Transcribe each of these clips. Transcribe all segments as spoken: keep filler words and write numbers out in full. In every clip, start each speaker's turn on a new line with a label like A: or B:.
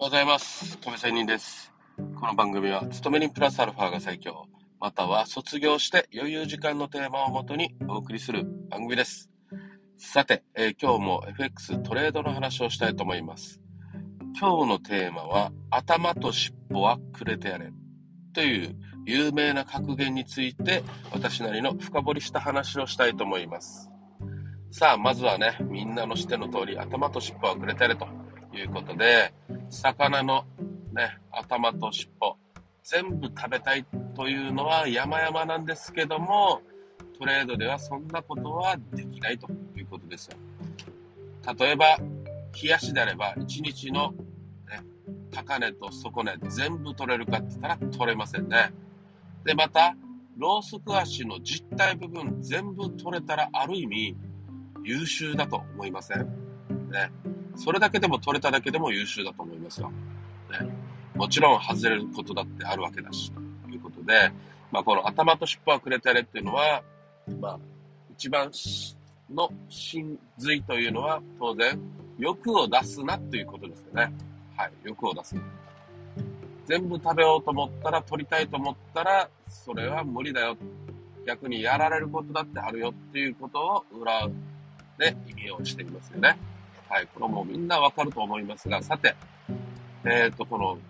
A: おはようございます。亀仙人です。この番組は、勤め人プラスアルファが最強、または卒業して余裕時間のテーマをもとにお送りする番組です。さて、えー今日も エフエックス トレードの話をしたいと思います。今日のテーマは、頭と尻尾はくれてやれという有名な格言について、私なりの深掘りした話をしたいと思います。さあ、まずはね、みんなの知っての通り、頭と尻尾はくれてやれということで、魚のね、頭と尻尾、全部食べたいというのは山々なんですけども、トレードではそんなことはできないということですよ。例えば、冷やしであれば、いちにちの、ね、高値と底値全部取れるかって言ったら取れませんね。で、また、ロースク足の実体部分全部取れたらある意味優秀だと思いませんね。それだけでも取れただけでも優秀だと思いますよ。ね、もちろん外れることだってあるわけだし、ということで、まあ、この頭と尻尾はくれてやれっていうのは、まあ、一番の真髄というのは当然欲を出すなということですよね。はい、欲を出すな。全部食べようと思ったら、取りたいと思ったら、それは無理だよ。逆にやられることだってあるよっていうことを裏で意味をしていますよね。はい、これもみんなわかると思いますが、さて、えっと、この、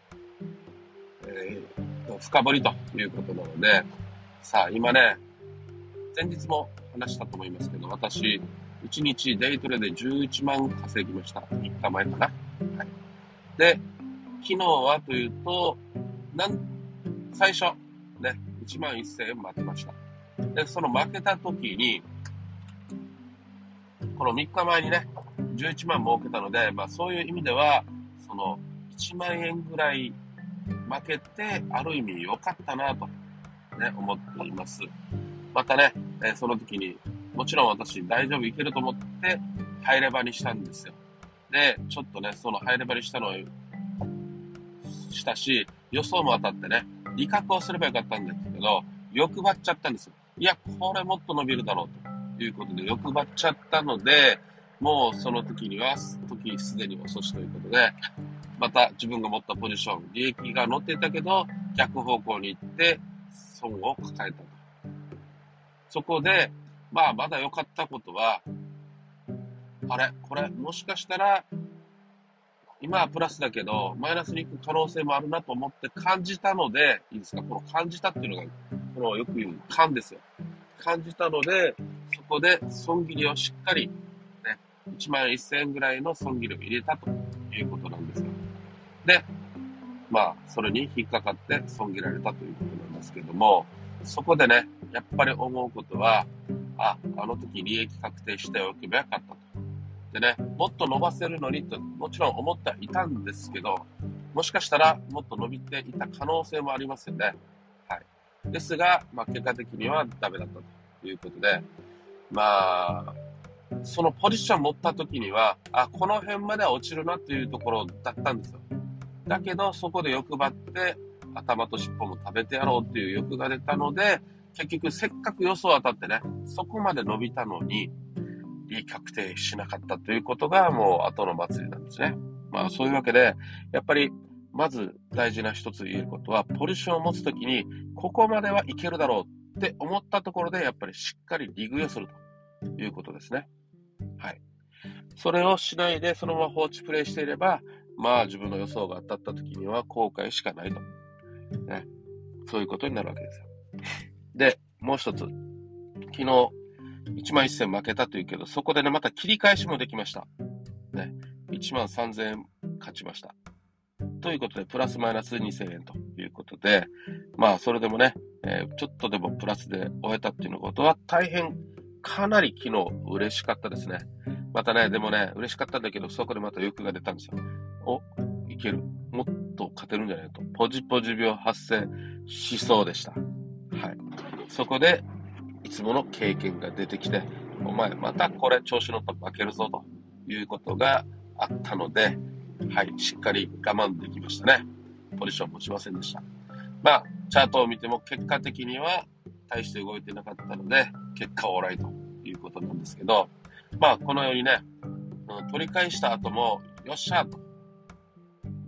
A: えー、深掘りということなので、さあ、今ね、前日も話したと思いますけど、私、いちにちデイトレでじゅういちまん稼ぎました。みっかまえかな。はい。で、昨日はというと、なん、最初、ね、いちまんせんえん負けました。で、その負けた時に、このみっかまえにね、じゅういちまん儲けたので、まあそういう意味では、そのいちまんえんぐらい負けて、ある意味良かったなと、ね、思っています。またね、えーその時に、もちろん私大丈夫いけると思って、入れ場にしたんですよ。で、ちょっとね、その入れ場にしたのをしたし、予想も当たってね、利確をすればよかったんですけど、欲張っちゃったんですよ。いや、これもっと伸びるだろうということで、欲張っちゃったので、もうその時には、時すでに遅しということで、また自分が持ったポジション、利益が乗っていたけど、逆方向に行って、損を抱えたと。そこで、まあ、まだ良かったことは、あれ、これ、もしかしたら、今はプラスだけど、マイナスに行く可能性もあるなと思って感じたので、いいですか、この感じたっていうのが、このよく言う感ですよ。感じたので、そこで損切りをしっかり、ね、いちまんせんえんぐらいの損切りを入れたということなんですよ。で、まあ、それに引っかかって損切られたということなんですけども、そこでね、やっぱり思うことは、あ、あの時利益確定しておけばよかったと。でね、もっと伸ばせるのにと、もちろん思ってはいたんですけど、もしかしたらもっと伸びていた可能性もありますよね。はい。ですが、まあ、結果的にはダメだったということで、まあ、そのポジション持った時には、あ、この辺までは落ちるなというところだったんですよ。だけど、そこで欲張って、頭と尻尾も食べてやろうっていう欲が出たので、結局せっかく予想当たってね、そこまで伸びたのに、利益確定しなかったということがもう後の祭りなんですね。まあそういうわけで、やっぱりまず大事な一つ言えることは、ポジションを持つときに、ここまではいけるだろうって思ったところで、やっぱりしっかり利食いをするということですね。はい。それをしないでそのまま放置プレイしていれば、まあ自分の予想が当たったときには後悔しかないと。ね。そういうことになるわけですよ。で、もう一つ。昨日、いちまんせんえん負けたというけど、そこでね、また切り返しもできました。ね。いちまんさんぜんえん勝ちました。ということで、プラスマイナスにせんえんということで、まあ、それでもね、えーちょっとでもプラスで終えたっていうのことは、大変、かなり昨日嬉しかったですね。またね、でもね、嬉しかったんだけど、そこでまた欲が出たんですよ。お、いける。もっと勝てるんじゃないと。ポジポジ病発生しそうでした。はい。そこで、いつもの経験が出てきて、お前またこれ調子乗ったら負けるぞということがあったので、はい、しっかり我慢できましたね。ポジション持ちませんでした。まあ、チャートを見ても結果的には大して動いてなかったので、結果オーライということなんですけど、まあ、このようにね、取り返した後も、よっしゃと、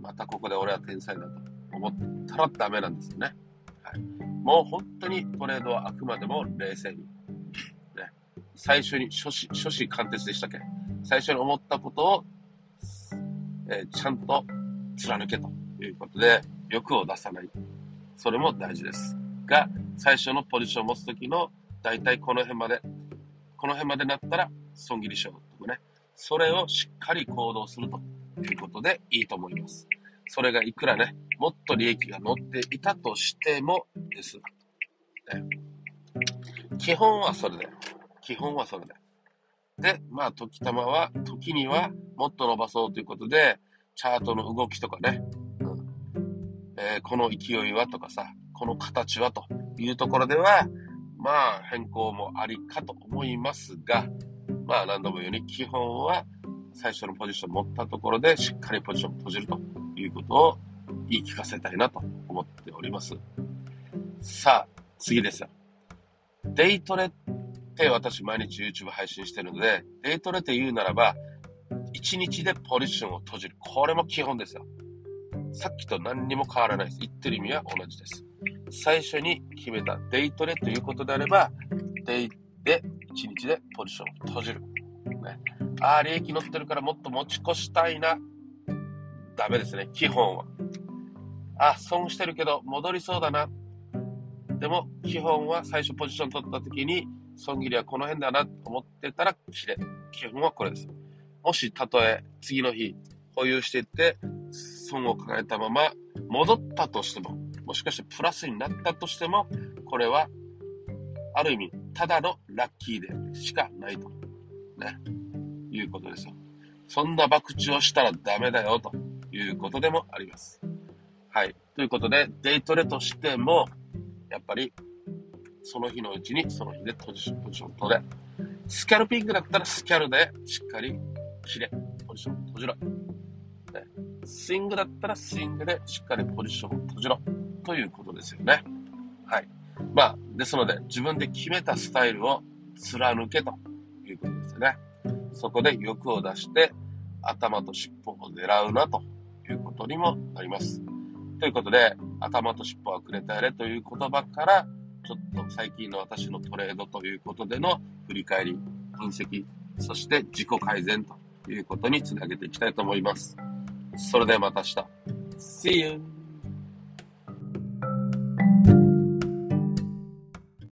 A: またここで俺は天才だと思ったらダメなんですよね。はい。もう本当にトレードはあくまでも冷静に。ね。最初に、初子、初子貫徹でしたっけ？最初に思ったことを、えー、ちゃんと貫けということで、欲を出さない。それも大事です。が、最初のポジションを持つときの、だいたいこの辺まで、この辺までなったら損切りしようとかね。それをしっかり行動するということでいいと思います。それがいくらね、もっと利益が乗っていたとしてもです。ね、基本はそれで。基本はそれで。で、まあ、時たまは、時にはもっと伸ばそうということで、チャートの動きとかね、うんえー、この勢いはとかさ、この形はというところでは、まあ、変更もありかと思いますが、まあ、何度も言うように、基本は最初のポジションを持ったところで、しっかりポジションを閉じるということを言い聞かせたいなと思っております。さあ、次ですよ。デイトレって私毎日 YouTube 配信してるので、デイトレって言うならば、いちにちでポジションを閉じる。これも基本ですよ。さっきと何にも変わらないです。言ってる意味は同じです。最初に決めたデイトレということであれば、デイでいちにちでポジションを閉じる。ね、ああ、利益乗ってるからもっと持ち越したいな。ダメですね、基本は。あ、損してるけど戻りそうだな。でも、基本は最初ポジション取った時に、損切りはこの辺だなと思ってたら切れ。基本はこれです。もし、たとえ次の日保有していって、損を抱えたまま戻ったとしても、もしかしてプラスになったとしても、これは、ある意味、ただのラッキーでしかないと。ね。いうことですよ。そんな博打をしたらダメだよ、ということでもあります。はい。ということで、デイトレとしても、やっぱり、その日のうちに、その日でポジション、ポジション取れ。スキャルピングだったらスキャルでしっかり切れ。ポジション閉じろ。ね、スイングだったらスイングでしっかりポジションを閉じろ。ということですよね。はい。まあ、ですので、自分で決めたスタイルを貫けということですよね。そこで欲を出して、頭と尻尾を狙うなということにもなります。ということで、頭と尻尾はくれてやれという言葉から、ちょっと最近の私のトレードということでの振り返り、分析、そして自己改善ということにつなげていきたいと思います。それではまた明日。See you!